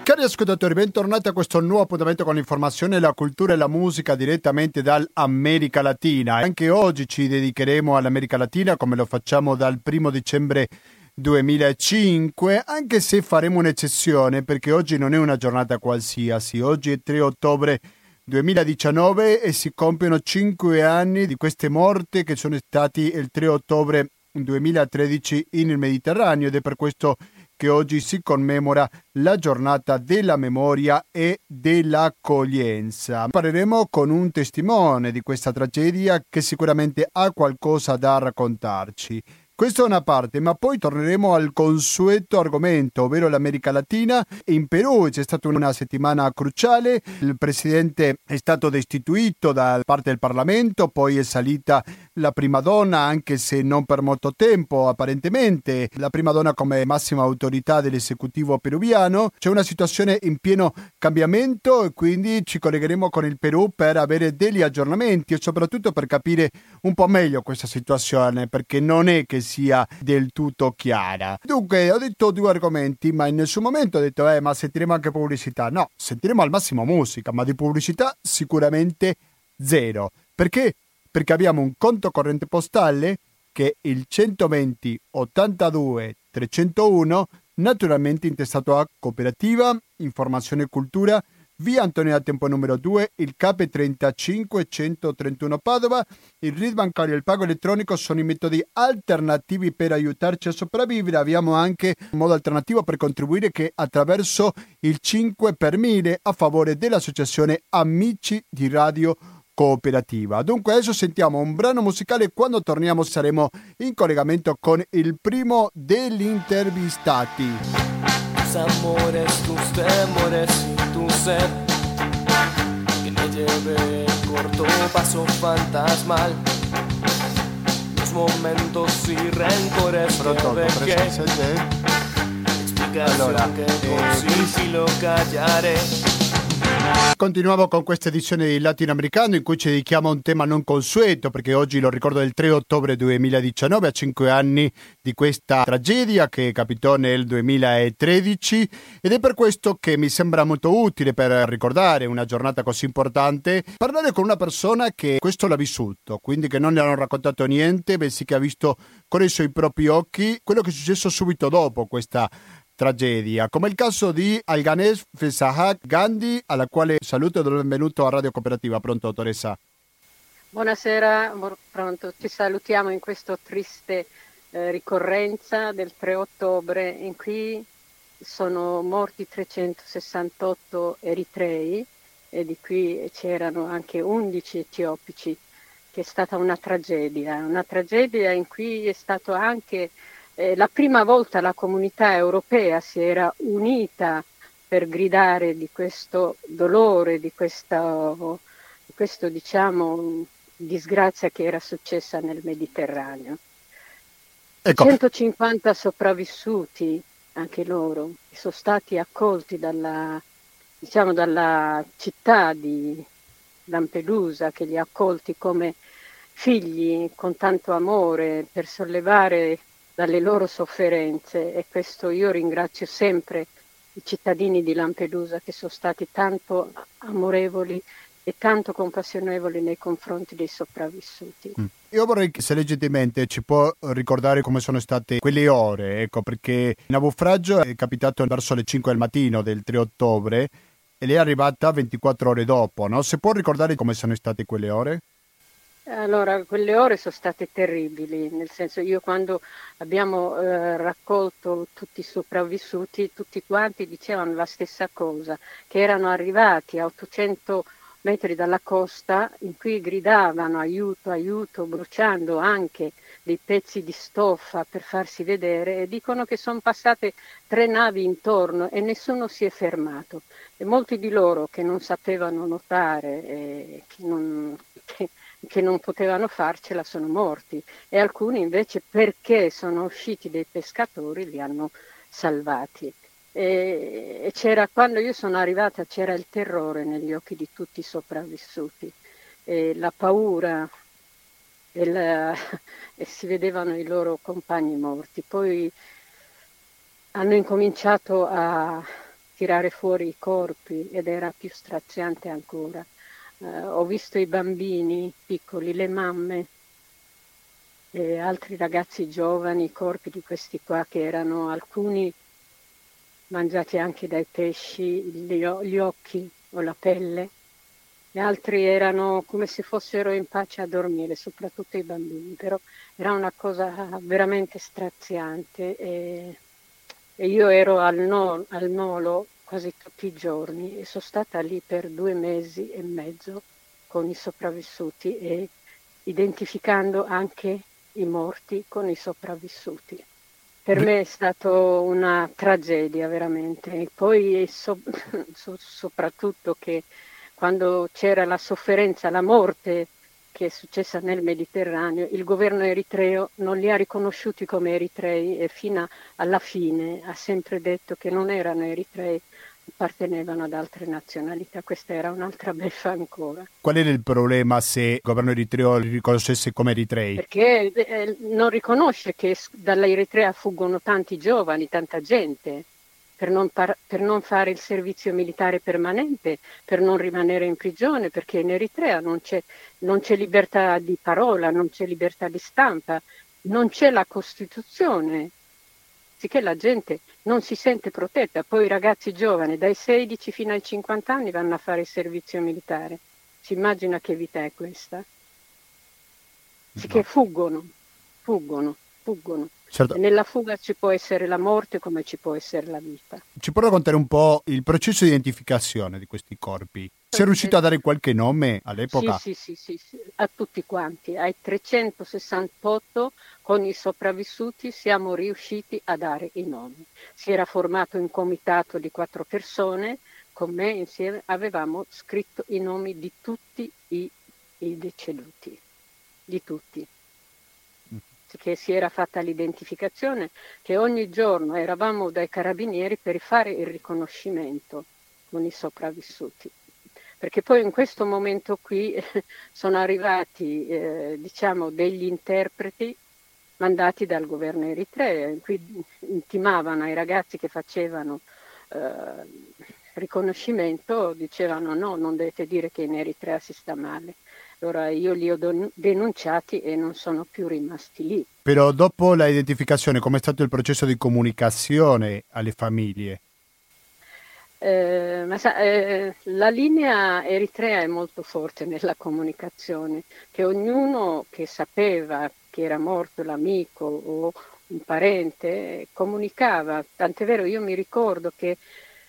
Cari ascoltatori, bentornati a questo nuovo appuntamento con l'informazione, la cultura e la musica direttamente dall'America Latina. Anche oggi ci dedicheremo all'America Latina come lo facciamo dal 1° dicembre 2005, anche se faremo un'eccezione perché oggi non è una giornata qualsiasi. Oggi è 3 ottobre 2019 e si compiono 5 anni di queste morti che sono stati il 3 ottobre 2013 nel Mediterraneo, ed è per questo che oggi si commemora la giornata della memoria e dell'accoglienza. Parleremo con un testimone di questa tragedia che sicuramente ha qualcosa da raccontarci. Questa è una parte, ma poi torneremo al consueto argomento, ovvero l'America Latina. In Perù c'è stata una settimana cruciale, il presidente è stato destituito da parte del Parlamento, poi è salita la prima donna, anche se non per molto tempo apparentemente, la prima donna come massima autorità dell'esecutivo peruviano. C'è una situazione in pieno cambiamento e quindi ci collegheremo con il Perù per avere degli aggiornamenti e soprattutto per capire un po' meglio questa situazione, perché non è che sia del tutto chiara. Dunque, ho detto 2 argomenti, ma in nessun momento ho detto ma sentiremo anche pubblicità. No, sentiremo al massimo musica, ma di pubblicità sicuramente zero. Perché? Perché abbiamo un conto corrente postale che è il 120 82 301, naturalmente intestato a Cooperativa Informazione e Cultura, via Antonio da Tempo numero 2, il CAP 35 131 Padova. Il RID bancario e il pago elettronico sono i metodi alternativi per aiutarci a sopravvivere. Abbiamo anche un modo alternativo per contribuire, che attraverso il 5 per 1000 a favore dell'associazione Amici di Radio Cooperativa. Dunque adesso sentiamo un brano musicale, quando torniamo saremo in collegamento con il primo degli intervistati. Tus amores, tus temores, tu sed, que me lleve corto paso fantasmal, los momentos y rencores Pronto, que dejé, explicación que con sigilo callaré. Continuiamo con questa edizione di Latinoamericano in cui ci dedichiamo a un tema non consueto, perché oggi lo ricordo del 3 ottobre 2019, a 5 anni di questa tragedia che capitò nel 2013, ed è per questo che mi sembra molto utile, per ricordare una giornata così importante, parlare con una persona che questo l'ha vissuto, quindi che non le hanno raccontato niente, bensì che ha visto con i suoi propri occhi quello che è successo subito dopo questa tragedia, come il caso di Alganesh Fesahak Gandhi, alla quale saluto e do il benvenuto a Radio Cooperativa. Pronto, dottoressa? Buonasera, pronto. Ci salutiamo in questa triste ricorrenza del 3 ottobre in cui sono morti 368 eritrei e di cui c'erano anche 11 etiopici, che è stata una tragedia in cui è stato anche la prima volta la comunità europea si era unita per gridare di questo dolore, di questo diciamo disgrazia che era successa nel Mediterraneo. Ecco. 150 sopravvissuti, anche loro, sono stati accolti dalla città di Lampedusa, che li ha accolti come figli con tanto amore per sollevare dalle loro sofferenze, e questo io ringrazio sempre i cittadini di Lampedusa, che sono stati tanto amorevoli e tanto compassionevoli nei confronti dei sopravvissuti. Io vorrei che, se leggermente, ci può ricordare come sono state quelle ore, ecco, perché il naufragio è capitato verso le 5 del mattino del 3 ottobre e lei è arrivata 24 ore dopo, no? Se può ricordare come sono state quelle ore? Allora, quelle ore sono state terribili, nel senso, io quando abbiamo raccolto tutti i sopravvissuti, tutti quanti dicevano la stessa cosa, che erano arrivati a 800 metri dalla costa, in cui gridavano aiuto, aiuto, bruciando anche dei pezzi di stoffa per farsi vedere, e dicono che sono passate 3 navi intorno e nessuno si è fermato. E molti di loro che non sapevano nuotare, che non potevano farcela, sono morti, e alcuni invece, perché sono usciti dei pescatori, li hanno salvati. E c'era, quando io sono arrivata, c'era il terrore negli occhi di tutti i sopravvissuti, e la paura, e si vedevano i loro compagni morti. Poi hanno incominciato a tirare fuori i corpi ed era più straziante ancora. Ho visto i bambini piccoli, le mamme e altri ragazzi giovani, i corpi di questi qua che erano alcuni mangiati anche dai pesci, gli occhi o la pelle, e altri erano come se fossero in pace a dormire, soprattutto i bambini, però era una cosa veramente straziante e io ero al Nolo quasi tutti i giorni e sono stata lì per 2 mesi e mezzo con i sopravvissuti e identificando anche i morti con i sopravvissuti. Per me è stato una tragedia veramente. E poi soprattutto che quando c'era la sofferenza, la morte che è successa nel Mediterraneo, il governo eritreo non li ha riconosciuti come eritrei e fino alla fine ha sempre detto che non erano eritrei, appartenevano ad altre nazionalità. Questa era un'altra beffa ancora. Qual era il problema se il governo eritreo li riconoscesse come eritrei? Perché non riconosce che dall'Eritrea fuggono tanti giovani, tanta gente, per non fare il servizio militare permanente, per non rimanere in prigione, perché in Eritrea non c'è libertà di parola, non c'è libertà di stampa, non c'è la Costituzione, sicché la gente non si sente protetta. Poi i ragazzi giovani dai 16 fino ai 50 anni vanno a fare il servizio militare. Si immagina che vita è questa? Sicché fuggono. Certo. E nella fuga ci può essere la morte come ci può essere la vita. Ci può raccontare un po' il processo di identificazione di questi corpi? Si è riuscito a dare qualche nome all'epoca? Sì, a tutti quanti. Ai 368 con i sopravvissuti siamo riusciti a dare i nomi. Si era formato un comitato di 4 persone, con me insieme avevamo scritto i nomi di tutti i deceduti, di tutti. Che si era fatta l'identificazione, che ogni giorno eravamo dai carabinieri per fare il riconoscimento con i sopravvissuti. Perché poi in questo momento qui sono arrivati degli interpreti mandati dal governo eritreo, in cui intimavano ai ragazzi che facevano riconoscimento, dicevano no, non dovete dire che in Eritrea si sta male. Allora io li ho denunciati e non sono più rimasti lì. Però dopo la identificazione, com'è stato il processo di comunicazione alle famiglie? La linea eritrea è molto forte nella comunicazione, che ognuno che sapeva che era morto l'amico o un parente comunicava. Tant'è vero, io mi ricordo che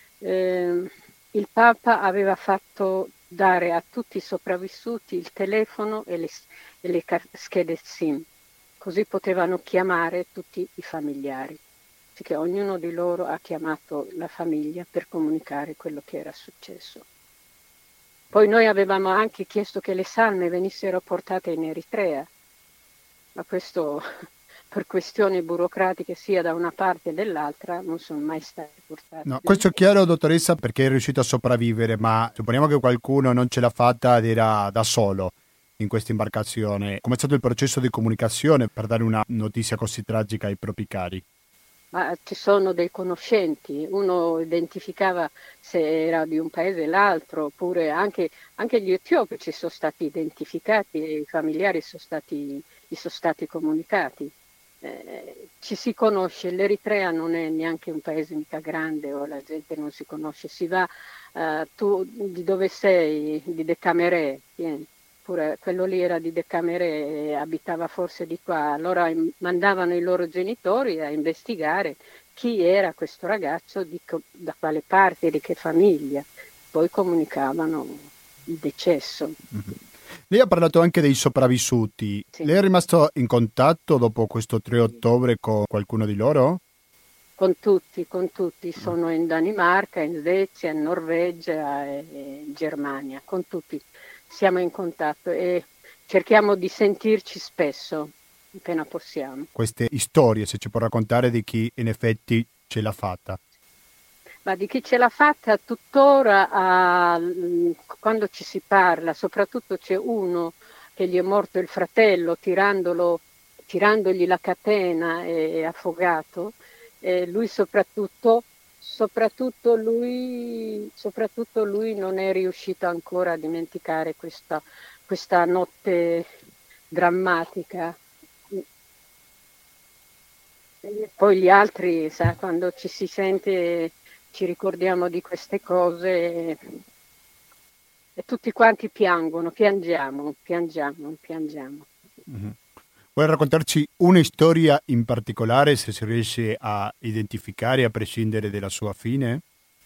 il Papa aveva fatto dare a tutti i sopravvissuti il telefono e le schede SIM, così potevano chiamare tutti i familiari, perché ognuno di loro ha chiamato la famiglia per comunicare quello che era successo. Poi noi avevamo anche chiesto che le salme venissero portate in Eritrea, ma questo per questioni burocratiche sia da una parte che dall'altra non sono mai state portate. No, questo è chiaro, dottoressa, perché è riuscito a sopravvivere, ma supponiamo che qualcuno non ce l'ha fatta ed era da solo in questa imbarcazione. Com'è stato il processo di comunicazione per dare una notizia così tragica ai propri cari? Ma ci sono dei conoscenti, uno identificava se era di un paese o l'altro, oppure anche gli etiopi sono stati identificati e i familiari gli sono stati comunicati. Ci si conosce, l'Eritrea non è neanche un paese mica grande o la gente non si conosce, si va, tu di dove sei, di Decamerè, pure quello lì era di Decamerè e abitava forse di qua, allora mandavano i loro genitori a investigare chi era questo ragazzo, da quale parte, di che famiglia, poi comunicavano il decesso. Mm-hmm. Lei ha parlato anche dei sopravvissuti. Sì. Lei è rimasto in contatto dopo questo 3 ottobre con qualcuno di loro? Con tutti. Sono in Danimarca, in Svezia, in Norvegia e in Germania. Con tutti siamo in contatto e cerchiamo di sentirci spesso, appena possiamo. Queste storie, se ci può raccontare di chi in effetti ce l'ha fatta. Ma di chi ce l'ha fatta tuttora, quando ci si parla, soprattutto c'è uno che gli è morto il fratello tirandogli la catena e affogato, e lui soprattutto soprattutto lui non è riuscito ancora a dimenticare questa notte drammatica. E poi gli altri, sa, quando ci si sente, ci ricordiamo di queste cose e tutti quanti piangiamo. Mhm. Vuoi raccontarci una storia in particolare, se si riesce a identificare a prescindere dalla sua fine?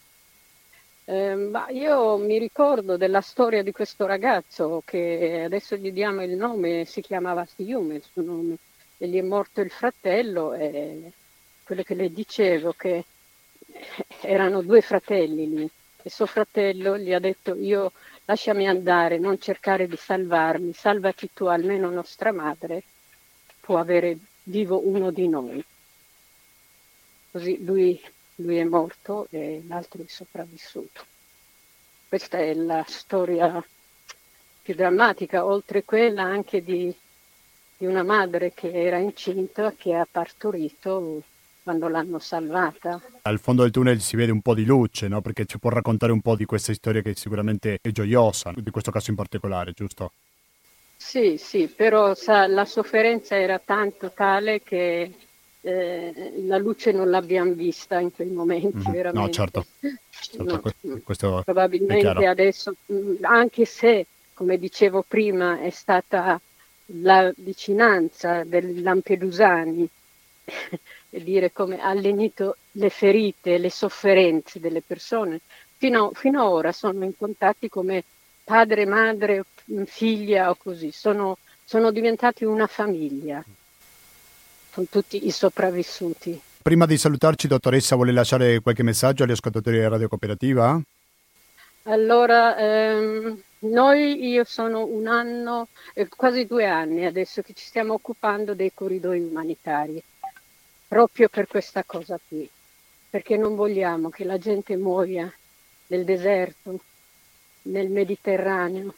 Ma io mi ricordo della storia di questo ragazzo che adesso gli diamo il nome, si chiamava Fiume, il suo nome, e gli è morto il fratello e quello che le dicevo che erano due fratelli lì e suo fratello gli ha detto io lasciami andare, non cercare di salvarmi, salvati tu, almeno nostra madre può avere vivo uno di noi. Così lui è morto e l'altro è sopravvissuto. Questa è la storia più drammatica, oltre quella anche di una madre che era incinta, che ha partorito quando l'hanno salvata. Al fondo del tunnel si vede un po' di luce, no? Perché ci può raccontare un po' di questa storia che sicuramente è gioiosa, di questo caso in particolare, giusto? Sì, però la sofferenza era tanto tale che la luce non l'abbiamo vista in quei momenti, Mhm. No, veramente. certo, No, questo è probabilmente chiaro. adesso, anche se, come dicevo prima, è stata la vicinanza dei lampedusani e dire come ha lenito le ferite, le sofferenze delle persone, fino a ora sono in contatti come padre, madre, figlia o così, sono diventati una famiglia, sono tutti i sopravvissuti. Prima di salutarci, dottoressa, vuole lasciare qualche messaggio agli ascoltatori della Radio Cooperativa? Allora, io sono un anno, quasi 2 anni adesso che ci stiamo occupando dei corridoi umanitari, proprio per questa cosa qui, perché non vogliamo che la gente muoia nel deserto, nel Mediterraneo,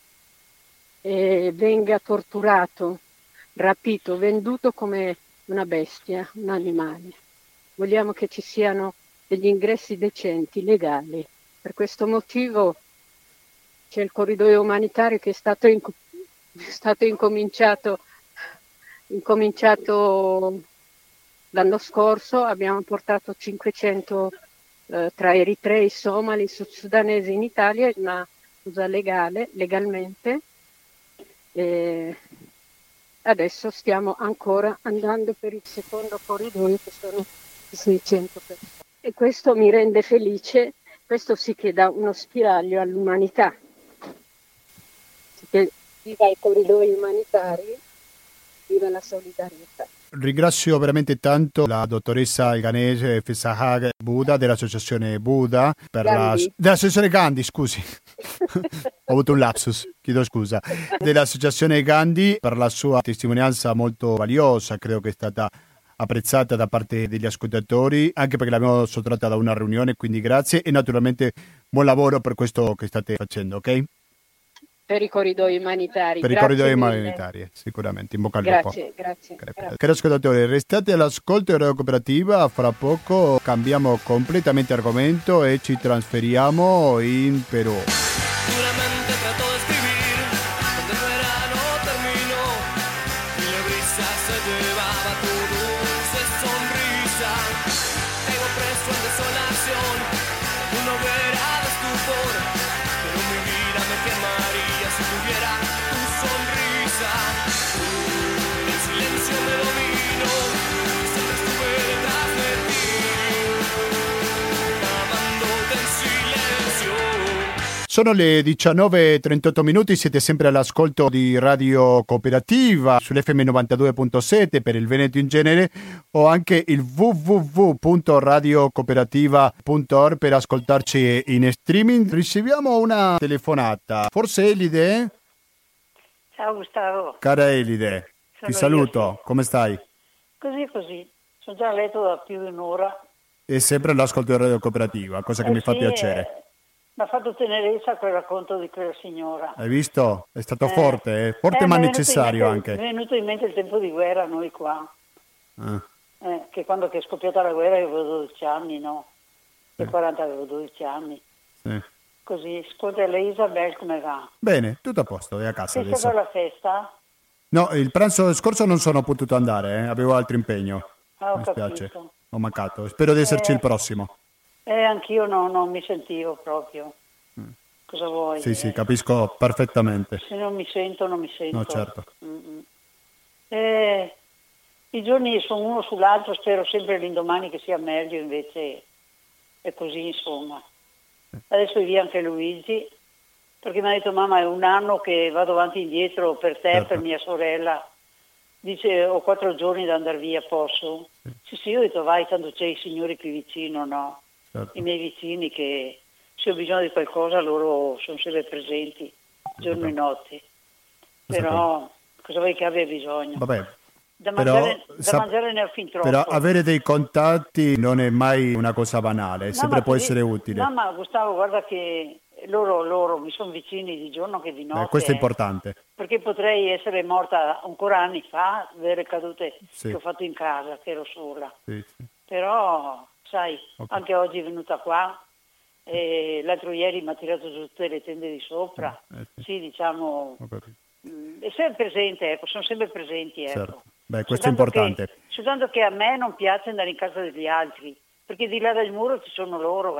e venga torturato, rapito, venduto come una bestia, un animale. Vogliamo che ci siano degli ingressi decenti, legali. Per questo motivo c'è il corridoio umanitario che è stato incominciato l'anno scorso. Abbiamo portato 500 tra eritrei, somali, sudanesi in Italia, è una cosa legalmente. E adesso stiamo ancora andando per il secondo corridoio che sono 600 persone. E questo mi rende felice, questo sì che dà uno spiraglio all'umanità. Viva i corridoi umanitari, viva la solidarietà. Ringrazio veramente tanto la dottoressa Ganesh Fesahag Buddha dell'associazione Buddha dell'associazione Gandhi, scusi. Ho avuto un lapsus, chiedo scusa. Dell'associazione Gandhi per la sua testimonianza molto valiosa, credo che è stata apprezzata da parte degli ascoltatori, anche perché l'abbiamo sottratta da una riunione, quindi grazie e naturalmente buon lavoro per questo che state facendo, ok? Per i corridoi umanitari. Per i corridoi umanitari, sicuramente. In bocca al lupo. Grazie. Cari ascoltatori, restate all'ascolto di Radio Cooperativa. Fra poco cambiamo completamente argomento e ci trasferiamo in Perù. Duramente trato de escribir, cuando el verano terminó y la brisa se llevaba tu dulce sonrisa. Tengo preso en desolación, una hoguera de estupor, pero mi vida me quemaría si tuviera tu sonrisa. El silencio me dominó, siempre estuve detrás de ti, amándote en silencio. Sono le 19:38 minuti, siete sempre all'ascolto di Radio Cooperativa sull'FM 92.7 per il Veneto in genere o anche il www.radiocooperativa.org per ascoltarci in streaming. Riceviamo una telefonata, forse Elide? Ciao Gustavo. Cara Elide, Sono ti saluto, io, sì. come stai? Così. Sono già a letto da più di un'ora. E sempre all'ascolto di Radio Cooperativa, cosa che mi fa Sì, piacere. mi ha fatto tenerezza quel racconto di quella signora. Hai visto? È stato forte ma necessario anche. Mi è venuto in mente il tempo di guerra noi qua. Ah. Che quando è scoppiata la guerra io avevo 12 anni, no? e 40 avevo 12 anni. Sì. Così, scusa, la Isabel come va? Bene, tutto a posto, è a casa Sei stato adesso. alla festa? No, il pranzo scorso non sono potuto andare, avevo altro impegno. Ho Mi spiace, capito. ho mancato. Spero di esserci il prossimo. Anch'io non mi sentivo proprio. Cosa vuoi? Sì, sì, capisco perfettamente. Se non mi sento, non mi sento. No, certo. I giorni sono uno sull'altro, spero sempre l'indomani che sia meglio, invece è così, insomma. Adesso è via anche Luigi, perché mi ha detto: mamma, è un anno che vado avanti e indietro per te, Certo. per mia sorella. Dice: ho 4 giorni da andare via, posso? Sì, io ho detto: vai, tanto c'è i signori qui vicino, no? Certo. I miei vicini che se ho bisogno di qualcosa loro sono sempre presenti, giorno e notte. Però cosa vuoi che abbia bisogno? Vabbè, Da però, mangiare ne ho fin troppo. però avere dei contatti non è mai una cosa banale, No, sempre ma può così- essere utile. No, ma Gustavo, guarda che loro mi sono vicini di giorno che di notte. Questo è importante. Perché potrei essere morta ancora anni fa delle cadute Sì. che ho fatto in casa, che ero sola. Sì, sì. Però, sai, Ok. anche oggi è venuta qua e l'altro ieri mi ha tirato giù tutte le tende di sopra. Sì. Sì, diciamo, Ho capito. è sempre presente, ecco, sono sempre presenti, ecco. Certo. Beh, questo è Soltanto importante. soltanto che a me non piace andare in casa degli altri, perché di là del muro ci sono loro,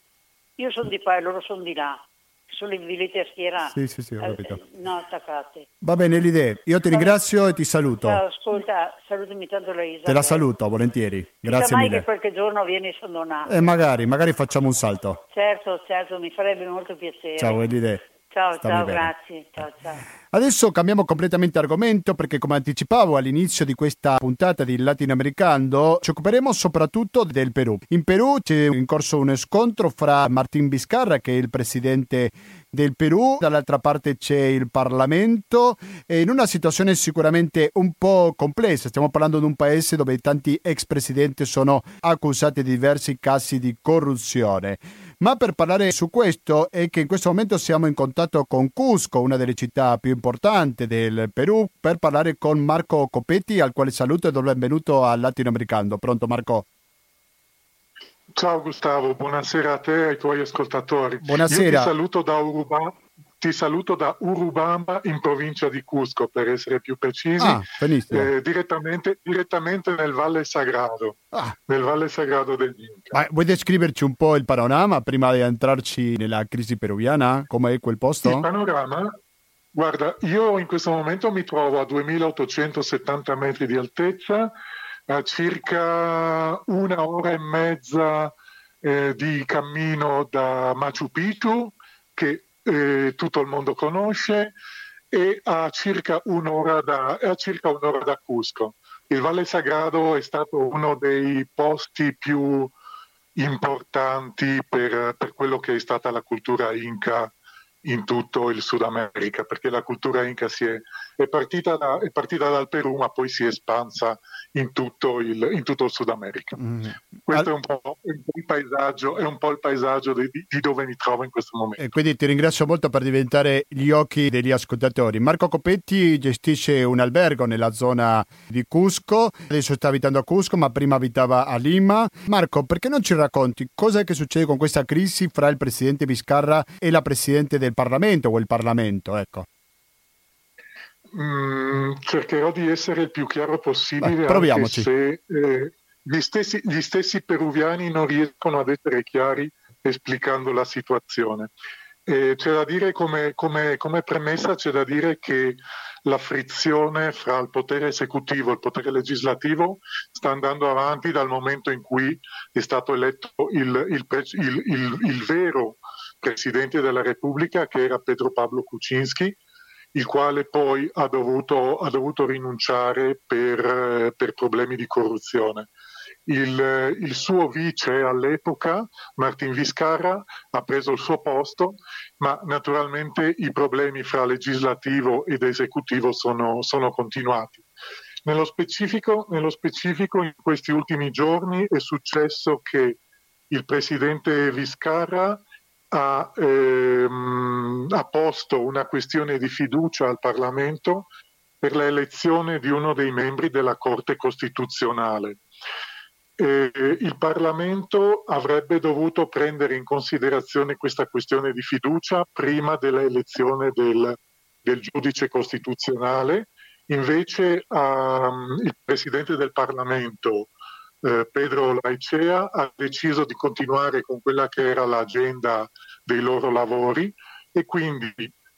Io sono di qua e loro sono di là. Sono le villette a schiera Sì, sì, sì, ho capito. attaccate. Va bene, l'idea. Io ti ringrazio e ti saluto. Ciao, ascolta, salutami tanto la Isabel. Te la saluto, volentieri. Grazie Chissà mai che mille. qualche giorno vieni a San Donato. E magari facciamo un salto. Certo, mi farebbe molto piacere. Ciao, Elide. Ciao, Stammi bene. grazie. Ciao. Adesso cambiamo completamente argomento perché, come anticipavo all'inizio di questa puntata di Latinoamericano, ci occuperemo soprattutto del Perù. In Perù c'è in corso uno scontro fra Martín Vizcarra, che è il presidente del Perù, dall'altra parte c'è il Parlamento, e in una situazione sicuramente un po' complessa. Stiamo parlando di un paese dove tanti ex presidenti sono accusati di diversi casi di corruzione. Ma per parlare su questo è che in questo momento siamo in contatto con Cusco, una delle città più importanti del Perù, per parlare con Marco Copetti, al quale saluto e do il benvenuto al Latinoamericano. Pronto Marco? Ciao Gustavo, buonasera a te e ai tuoi ascoltatori. Buonasera. Io ti saluto da Urubamba in provincia di Cusco, per essere più precisi, benissimo. direttamente nel Valle Sagrado, nel Valle Sagrado degli Inca. Vuoi descriverci un po' il panorama prima di entrarci nella crisi peruviana? Com'è quel posto? Il panorama, guarda, io in questo momento mi trovo a 2870 metri di altezza, a circa 1 ora e mezza di cammino da Machu Picchu, che tutto il mondo conosce, e a circa un'ora da Cusco. Il Valle Sagrado è stato uno dei posti più importanti per quello che è stata la cultura Inca in tutto il Sud America, perché la cultura Inca è partita dal Perù, ma poi si è espansa in tutto il Sud America. Questo è un po' il paesaggio di dove mi trovo in questo momento. E quindi ti ringrazio molto per diventare gli occhi degli ascoltatori. Marco Copetti gestisce un albergo nella zona di Cusco, adesso sta abitando a Cusco, ma prima abitava a Lima. Marco, perché non ci racconti cosa è che succede con questa crisi fra il presidente Vizcarra e la presidente del Parlamento o il Parlamento, ecco? Cercherò di essere il più chiaro possibile, proviamoci. anche se gli stessi peruviani non riescono ad essere chiari esplicando la situazione. C'è da dire come premessa, c'è da dire che la frizione fra il potere esecutivo e il potere legislativo sta andando avanti dal momento in cui è stato eletto il vero presidente della Repubblica, che era Pedro Pablo Kuczynski, il quale poi ha dovuto rinunciare per problemi di corruzione. Il suo vice all'epoca, Martín Vizcarra, ha preso il suo posto, ma naturalmente i problemi fra legislativo ed esecutivo sono continuati. Nello specifico, in questi ultimi giorni è successo che il presidente Vizcarra ha posto una questione di fiducia al Parlamento per l'elezione di uno dei membri della Corte Costituzionale. il Parlamento avrebbe dovuto prendere in considerazione questa questione di fiducia prima dell'elezione del giudice costituzionale. Invece il Presidente del Parlamento, Pedro Laicea, ha deciso di continuare con quella che era l'agenda dei loro lavori e quindi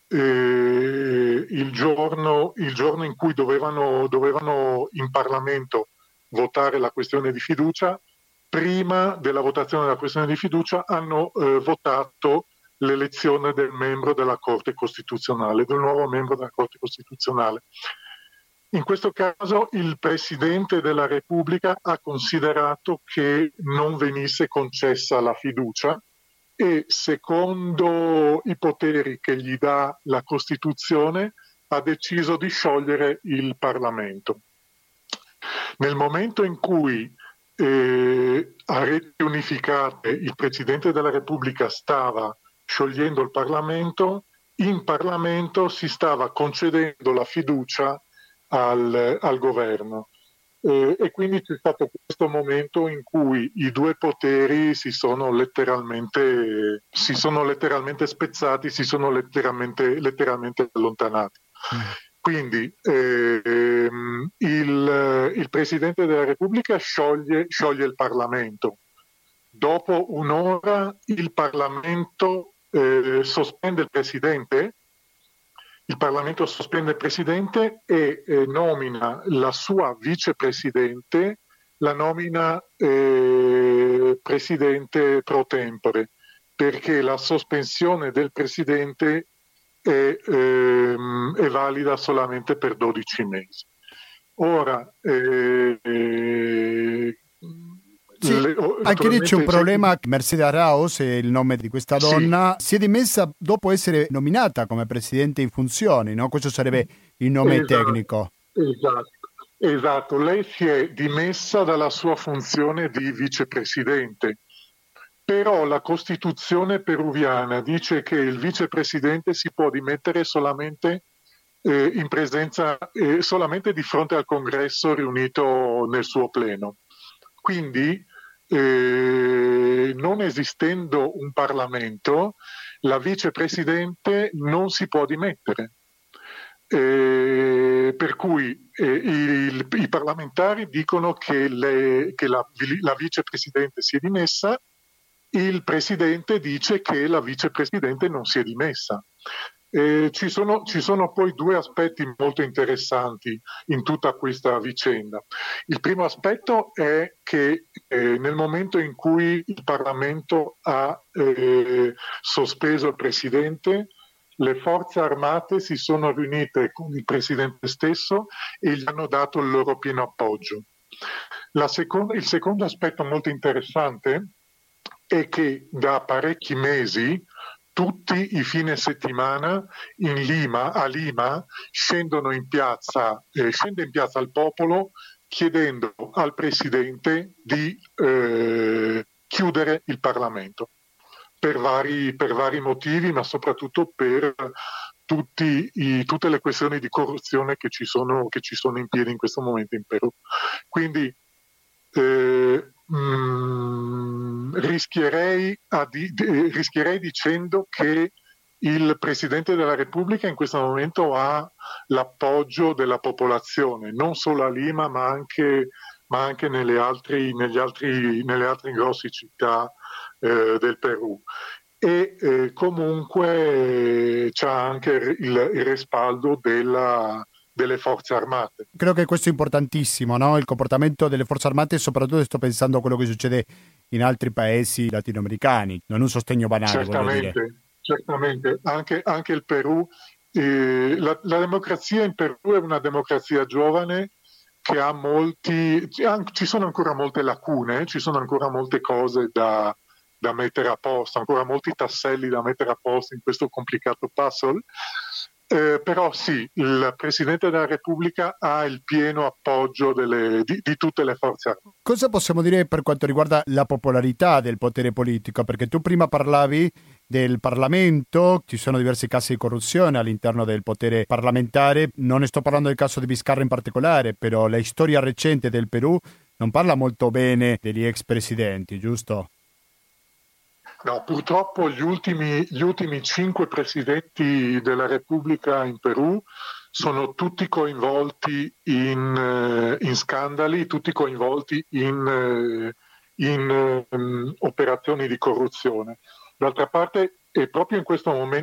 il giorno in cui dovevano in Parlamento votare la questione di fiducia, prima della votazione della questione di fiducia hanno votato l'elezione del membro della Corte Costituzionale, del nuovo membro della Corte Costituzionale. In questo caso il Presidente della Repubblica ha considerato che non venisse concessa la fiducia e, secondo i poteri che gli dà la Costituzione, ha deciso di sciogliere il Parlamento. Nel momento in cui a reti unificate il Presidente della Repubblica stava sciogliendo il Parlamento, in Parlamento si stava concedendo la fiducia al governo e quindi c'è stato questo momento in cui i due poteri si sono letteralmente spezzati, si sono letteralmente allontanati. Quindi il Presidente della Repubblica scioglie il Parlamento. Dopo un'ora il Parlamento sospende il Presidente. Il Parlamento sospende il Presidente e nomina la sua vicepresidente, la nomina Presidente pro tempore, perché la sospensione del Presidente è valida solamente per 12 mesi. Ora, sì, anche lì c'è un problema. Mercedes Arauz è il nome di questa donna, sì. Si è dimessa dopo essere nominata come presidente in funzioni, no? Questo sarebbe il nome tecnico. Esatto, lei si è dimessa dalla sua funzione di vicepresidente, però la Costituzione peruviana dice che il vicepresidente si può dimettere solamente in presenza, solamente di fronte al Congresso riunito nel suo pleno. Quindi, non esistendo un Parlamento, la vicepresidente non si può dimettere. Per cui i parlamentari dicono che la vicepresidente si è dimessa, il presidente dice che la vicepresidente non si è dimessa. Ci sono poi due aspetti molto interessanti in tutta questa vicenda. Il primo aspetto è che nel momento in cui il Parlamento ha sospeso il Presidente, le forze armate si sono riunite con il Presidente stesso e gli hanno dato il loro pieno appoggio. Il secondo aspetto molto interessante è che da parecchi mesi tutti i fine settimana a Lima scende in piazza il popolo chiedendo al Presidente di chiudere il Parlamento per vari motivi, ma soprattutto per tutte le questioni di corruzione che ci sono in piedi in questo momento in Perù. Quindi rischierei dicendo che il Presidente della Repubblica in questo momento ha l'appoggio della popolazione, non solo a Lima ma anche nelle altre grosse città del Perù. E comunque c'ha anche il respaldo delle forze armate. Credo che questo è importantissimo, no? Il comportamento delle forze armate, soprattutto sto pensando a quello che succede in altri paesi latinoamericani, non un sostegno banale. Certamente, anche il Perù, la democrazia in Perù è una democrazia giovane che ha ci sono ancora molte lacune, ci sono ancora molte cose da mettere a posto, ancora molti tasselli da mettere a posto in questo complicato puzzle. Però sì, il Presidente della Repubblica ha il pieno appoggio di tutte le forze armate. Cosa possiamo dire per quanto riguarda la popolarità del potere politico? Perché tu prima parlavi del Parlamento, ci sono diversi casi di corruzione all'interno del potere parlamentare, non ne sto parlando del caso di Vizcarra in particolare, però la storia recente del Perù non parla molto bene degli ex presidenti, giusto? No, purtroppo gli ultimi 5 presidenti della Repubblica in Perù sono tutti coinvolti in scandali, tutti coinvolti in operazioni di corruzione. D'altra parte, e proprio in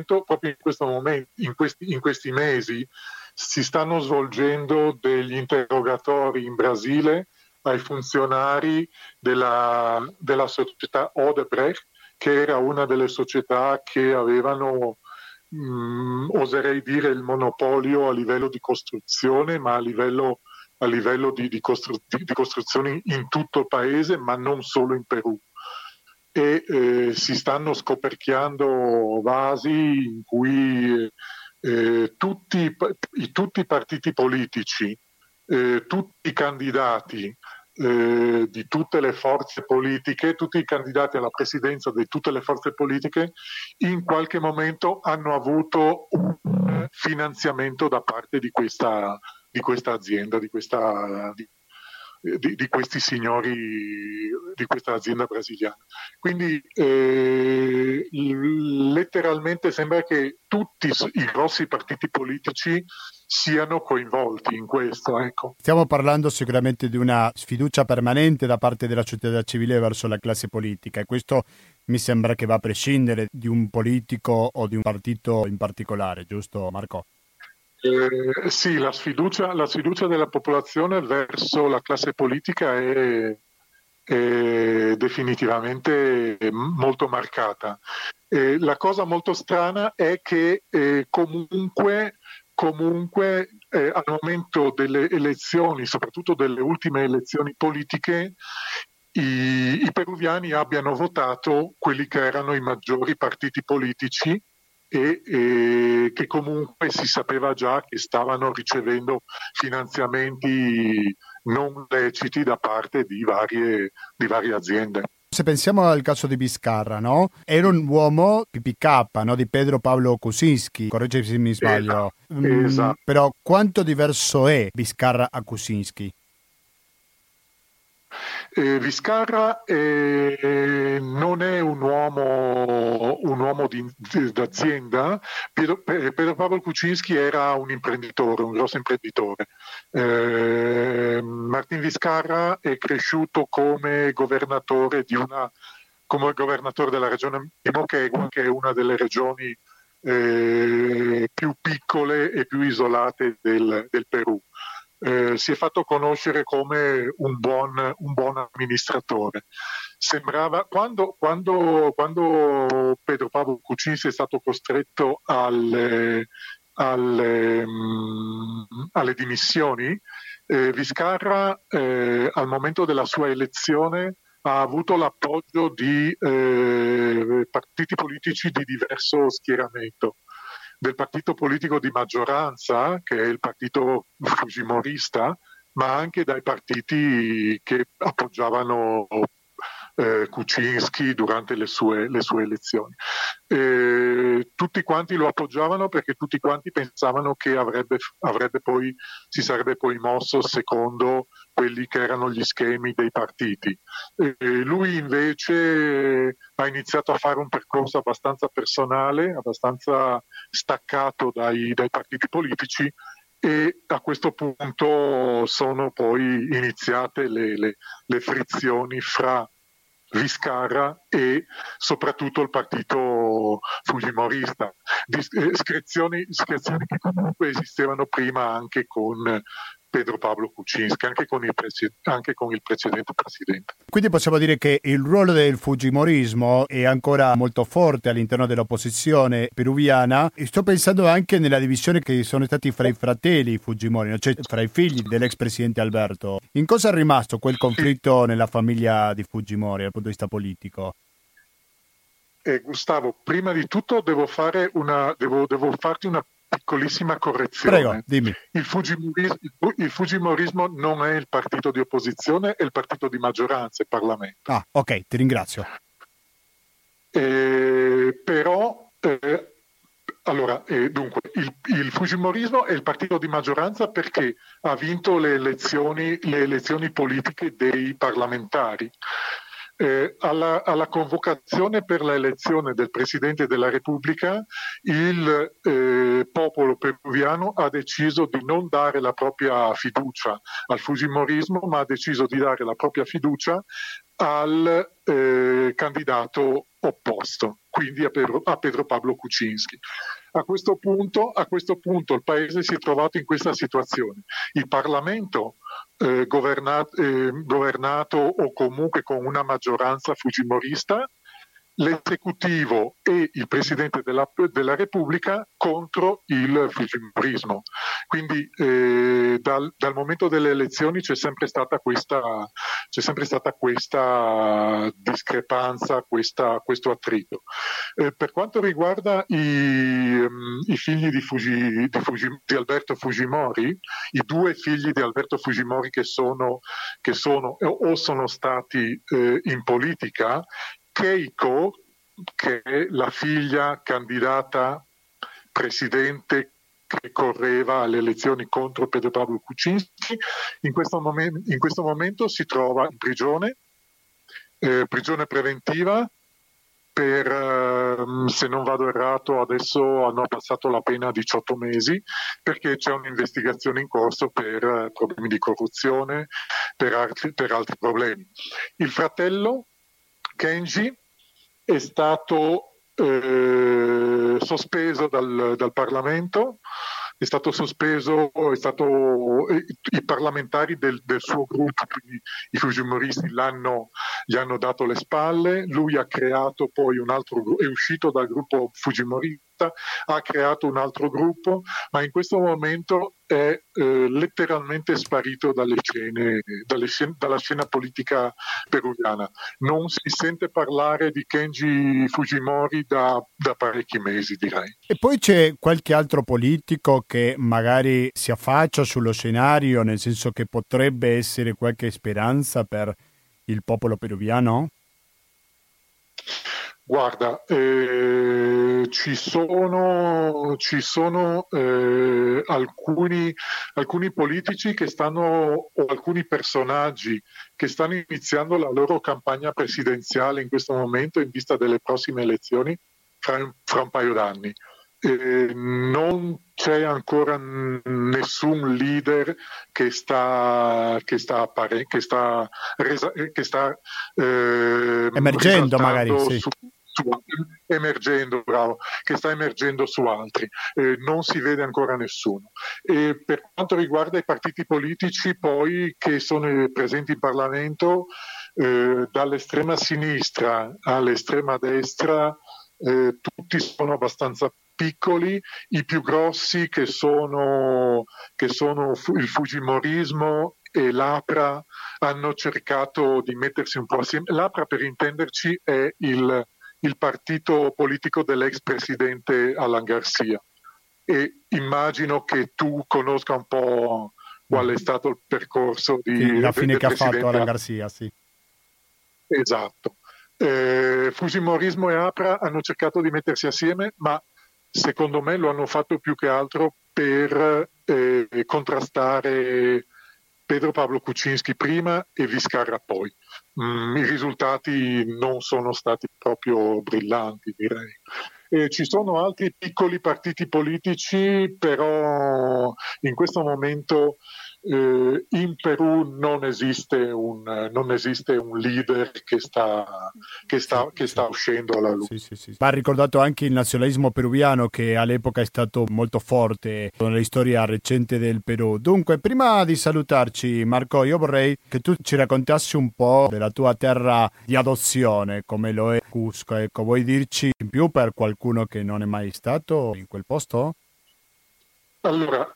questi mesi, si stanno svolgendo degli interrogatori in Brasile ai funzionari della società Odebrecht, che era una delle società che avevano, oserei dire, il monopolio a livello di costruzione, ma a livello di costruzioni in tutto il paese, ma non solo in Perù. E si stanno scoperchiando vasi in cui tutti i partiti politici, tutti i candidati di tutte le forze politiche, tutti i candidati alla presidenza di tutte le forze politiche in qualche momento hanno avuto un finanziamento da parte di questa azienda, di questi signori, di questa azienda brasiliana. Quindi letteralmente sembra che tutti i grossi partiti politici siano coinvolti in questo, ecco. Stiamo parlando sicuramente di una sfiducia permanente da parte della società civile verso la classe politica, e questo mi sembra che va a prescindere di un politico o di un partito in particolare, giusto Marco? Sì, la sfiducia della popolazione verso la classe politica è definitivamente molto marcata. La cosa molto strana è che comunque al momento delle elezioni, soprattutto delle ultime elezioni politiche, i peruviani abbiano votato quelli che erano i maggiori partiti politici e che comunque si sapeva già che stavano ricevendo finanziamenti non leciti da parte di varie aziende. Se pensiamo al caso di Vizcarra, no? Era un uomo PPK, no? Di Pedro Pablo Kuczynski, correggimi se mi sbaglio. Esatto. Però quanto diverso è Vizcarra a Kuczynski? Vizcarra non è un uomo d'azienda. Pedro Pablo Kuczynski era un imprenditore, un grosso imprenditore. Martin Vizcarra è cresciuto come governatore della regione di Moquegua, che è una delle regioni più piccole e più isolate del Perù. Si è fatto conoscere come un buon amministratore. Sembrava quando Pedro Pablo Kuczynski è stato costretto alle dimissioni, Vizcarra al momento della sua elezione ha avuto l'appoggio di partiti politici di diverso schieramento, del partito politico di maggioranza, che è il partito fujimorista, ma anche dai partiti che appoggiavano Kuczynski durante le sue elezioni. Tutti quanti lo appoggiavano perché tutti quanti pensavano che si sarebbe poi mosso secondo quelli che erano gli schemi dei partiti. Lui invece ha iniziato a fare un percorso abbastanza personale, abbastanza staccato dai partiti politici, e a questo punto sono poi iniziate le frizioni fra Vizcarra e soprattutto il partito fujimorista, discrezioni che comunque esistevano prima anche con Pedro Pablo Kuczynski, anche con il precedente presidente. Quindi possiamo dire che il ruolo del fujimorismo è ancora molto forte all'interno dell'opposizione peruviana, e sto pensando anche nella divisione che sono stati fra i fratelli Fujimori, cioè fra i figli dell'ex presidente Alberto. In cosa è rimasto quel conflitto nella famiglia di Fujimori dal punto di vista politico? Gustavo, prima di tutto devo farti una piccolissima correzione. Prego, dimmi. Il fujimorismo non è il partito di opposizione, è il partito di maggioranza e Parlamento. Ah, ok, ti ringrazio. Però Allora, dunque, il Fujimorismo è il partito di maggioranza perché ha vinto le elezioni politiche dei parlamentari. Alla convocazione per l'elezione del Presidente della Repubblica, il popolo peruviano ha deciso di non dare la propria fiducia al Fujimorismo, ma ha deciso di dare la propria fiducia al candidato opposto, quindi a Pedro Pablo Kuczynski. A questo punto il paese si è trovato in questa situazione. Il Parlamento governato o comunque con una maggioranza fujimorista, l'esecutivo e il Presidente della Repubblica contro il fujimorismo. Quindi dal momento delle elezioni c'è sempre stata questa discrepanza, questo attrito. Per quanto riguarda i figli di Alberto Fujimori, i due figli di Alberto Fujimori che sono o sono stati in politica, Keiko, che è la figlia candidata presidente che correva alle elezioni contro Pedro Pablo Kuczynski, in questo momento si trova in prigione preventiva per, se non vado errato, adesso hanno passato la pena a 18 mesi perché c'è un'investigazione in corso per problemi di corruzione, per altri problemi. Il fratello Kenji è stato sospeso dal Parlamento, è stato sospeso, i parlamentari del suo gruppo, quindi i fujimoristi gli hanno dato le spalle, lui ha creato poi un altro gruppo, è uscito dal gruppo fujimorista, ha creato un altro gruppo, ma in questo momento è letteralmente sparito dalla scena politica peruviana. Non si sente parlare di Kenji Fujimori da parecchi mesi, direi. E poi c'è qualche altro politico che magari si affaccia sullo scenario, nel senso che potrebbe essere qualche speranza per il popolo peruviano? Guarda, ci sono alcuni politici o alcuni personaggi che stanno iniziando la loro campagna presidenziale in questo momento in vista delle prossime elezioni fra un paio d'anni. Non c'è ancora nessun leader che sta emergendo, magari, sì. Che sta emergendo su altri. Non si vede ancora nessuno. E per quanto riguarda i partiti politici poi che sono presenti in Parlamento, dall'estrema sinistra all'estrema destra, tutti sono abbastanza piccoli, i più grossi che sono il Fujimorismo e l'APRA hanno cercato di mettersi un po' assieme. L'APRA, per intenderci, è il partito politico dell'ex presidente Alan Garcia, e immagino che tu conosca un po' qual è stato il percorso la fine che ha fatto Alan Garcia. Sì. Esatto. Fujimorismo e APRA hanno cercato di mettersi assieme, ma secondo me lo hanno fatto più che altro per contrastare Pedro Pablo Kuczynski prima e Vizcarra poi. I risultati non sono stati proprio brillanti, direi. Ci sono altri piccoli partiti politici, però in questo momento in Perù non esiste un leader che sta uscendo alla luce. Sì. Va ricordato anche il nazionalismo peruviano, che all'epoca è stato molto forte nella storia recente del Perù. Dunque, prima di salutarci, Marco, io vorrei che tu ci raccontassi un po' della tua terra di adozione, come lo è Cusco. Ecco, vuoi dirci in più per qualcuno che non è mai stato in quel posto? Allora,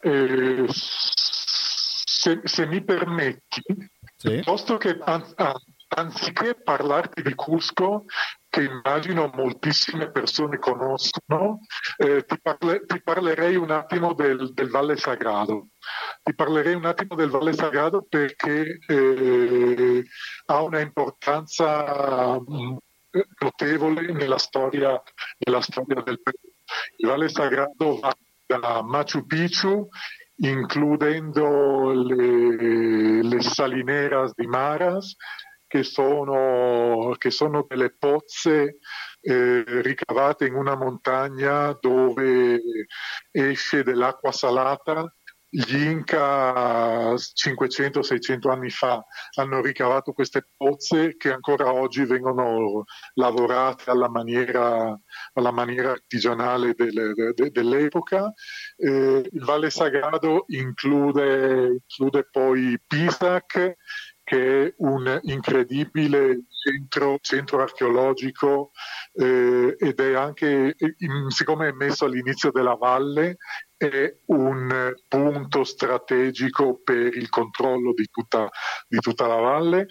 se mi permetti, sì. Posto che anziché parlarti di Cusco, che immagino moltissime persone conoscono, ti parlerei un attimo del Valle Sagrado. Ti parlerei un attimo del Valle Sagrado perché ha una importanza notevole nella storia del Perù. Il Valle Sagrado va da Machu Picchu, includendo le salineras di Maras, che sono delle pozze ricavate in una montagna dove esce dell'acqua salata. Gli Inca 500-600 anni fa hanno ricavato queste pozze che ancora oggi vengono lavorate alla maniera artigianale dell'epoca. Il Valle Sagrado include poi Pisac, che è un incredibile centro archeologico ed è anche, siccome è messo all'inizio della valle, è un punto strategico per il controllo di tutta la valle.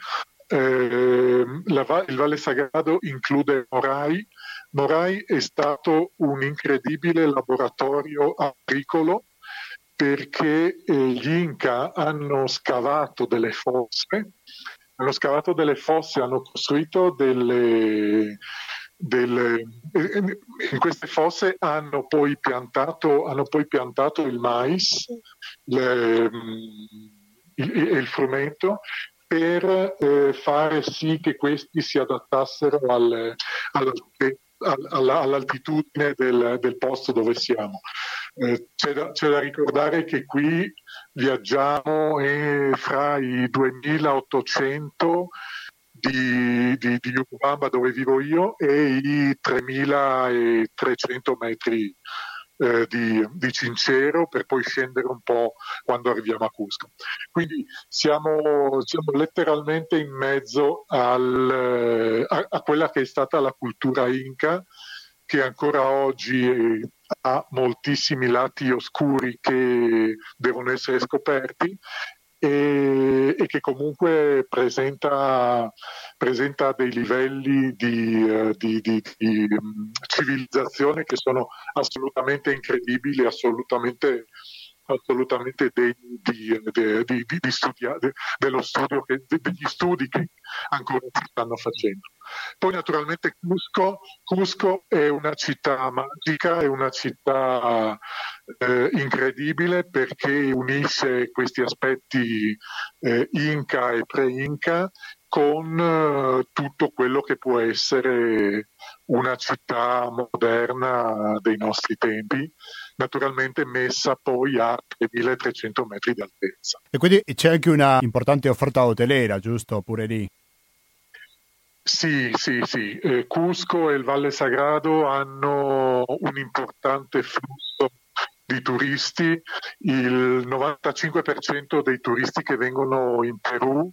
Il Valle Sagrado include Morai. Morai è stato un incredibile laboratorio agricolo, perché gli Inca hanno scavato delle fosse, hanno costruito in queste fosse hanno poi piantato il mais e il frumento per fare sì che questi si adattassero all'altitudine del posto dove siamo. C'è da ricordare che qui viaggiamo fra i 2800 di Urubamba, dove vivo io, e i 3300 metri di Cincero, per poi scendere un po' quando arriviamo a Cusco. Quindi siamo letteralmente in mezzo a quella che è stata la cultura Inca, che ancora oggi ha moltissimi lati oscuri che devono essere scoperti e che comunque presenta dei livelli di civilizzazione che sono assolutamente incredibili, assolutamente degni di studiare, degli studi che ancora si stanno facendo. Poi naturalmente Cusco è una città magica, è una città incredibile, perché unisce questi aspetti Inca e pre-Inca con tutto quello che può essere una città moderna dei nostri tempi, naturalmente messa poi a 3.300 metri di altezza. E quindi c'è anche una importante offerta hotelera, giusto? Pure lì? Sì. Cusco e il Valle Sagrado hanno un importante flusso di turisti. Il 95% dei turisti che vengono in Perù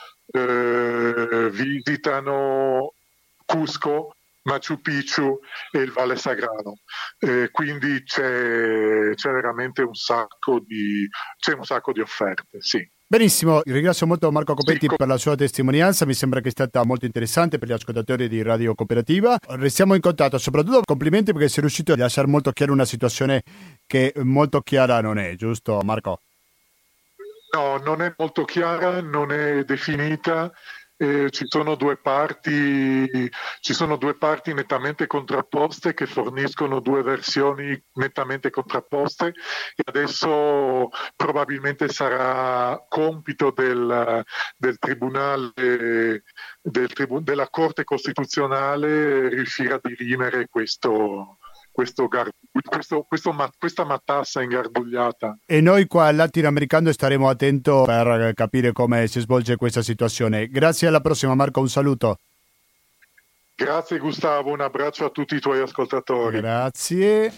visitano Cusco, Machu Picchu e il Valle Sagrado, quindi c'è veramente un sacco di offerte, sì. Benissimo, ringrazio molto Marco Copetti per la sua testimonianza, mi sembra che è stata molto interessante per gli ascoltatori di Radio Cooperativa. Restiamo in contatto, soprattutto complimenti perché sei riuscito a lasciare molto chiara una situazione che molto chiara non è, giusto Marco? No, non è molto chiara, non è definita. Ci sono due parti nettamente contrapposte che forniscono due versioni nettamente contrapposte, e adesso probabilmente sarà compito del tribunale, della Corte Costituzionale, riuscire a dirimere questa matassa ingarbugliata. E noi qua al latinoamericano staremo attenti per capire come si svolge questa situazione. Grazie, alla prossima Marco, un saluto. Grazie Gustavo, un abbraccio a tutti i tuoi ascoltatori. Grazie.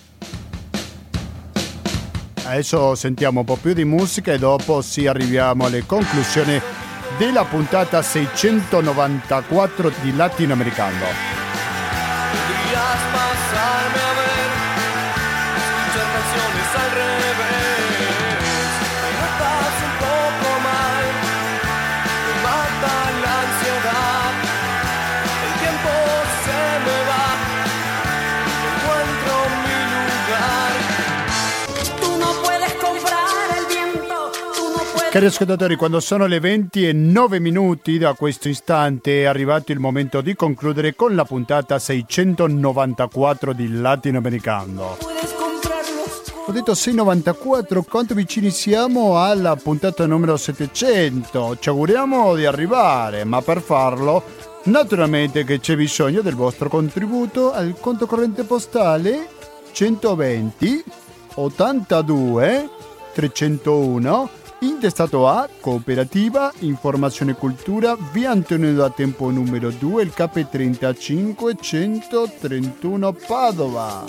Adesso sentiamo un po' più di musica e dopo arriviamo alle conclusioni della puntata 694 di Latinoamericano. Podrías pasarme a ver, escuchar canciones al revés. Me notas un poco mal, me mata la ansiedad. El tiempo se me va y no encuentro mi lugar. Tú no puedes comprar el viento, tú no puedes Cari ascoltatori, quando sono le 20:09 da questo istante è arrivato il momento di concludere con la puntata 694 di Latinoamericano. Ho detto 694, quanto vicini siamo alla puntata numero 700. Ci auguriamo di arrivare, ma per farlo naturalmente che c'è bisogno del vostro contributo al conto corrente postale 120 82 301, intestato a Cooperativa Informazione e Cultura, via Antonio da Tempo numero 2, il KP35 131 Padova.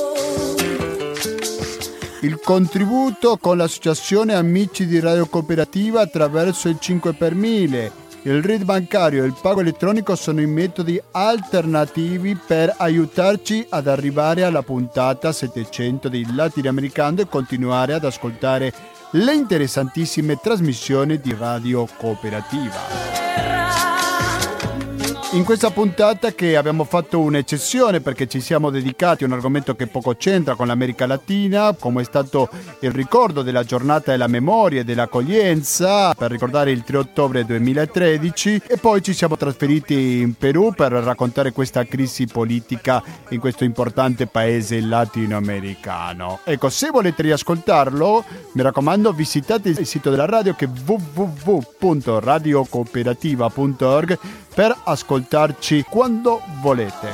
Il contributo con l'associazione Amici di Radio Cooperativa attraverso il 5 per 1000. Il RID bancario e il pago elettronico sono i metodi alternativi per aiutarci ad arrivare alla puntata 700 di Latinoamericano e continuare ad ascoltare le interessantissime trasmissioni di Radio Cooperativa. In questa puntata che abbiamo fatto un'eccezione perché ci siamo dedicati a un argomento che poco c'entra con l'America Latina, come è stato il ricordo della giornata della memoria e dell'accoglienza per ricordare il 3 ottobre 2013, e poi ci siamo trasferiti in Perù per raccontare questa crisi politica in questo importante paese latinoamericano. Ecco, se volete riascoltarlo, mi raccomando, visitate il sito della radio che è www.radiocooperativa.org per ascoltarci quando volete.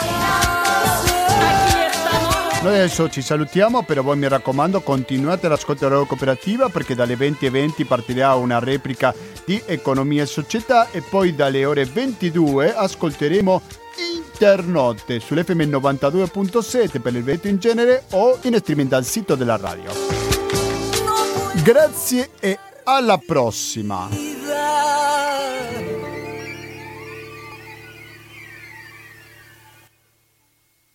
Noi adesso ci salutiamo, però voi mi raccomando continuate ad ascoltare Radio Cooperativa perché dalle 20:20 partirà una replica di Economia e Società e poi dalle ore 22 ascolteremo Internotte sull'FM 92.7 per il Veneto in genere o in streaming dal sito della radio. Grazie e alla prossima!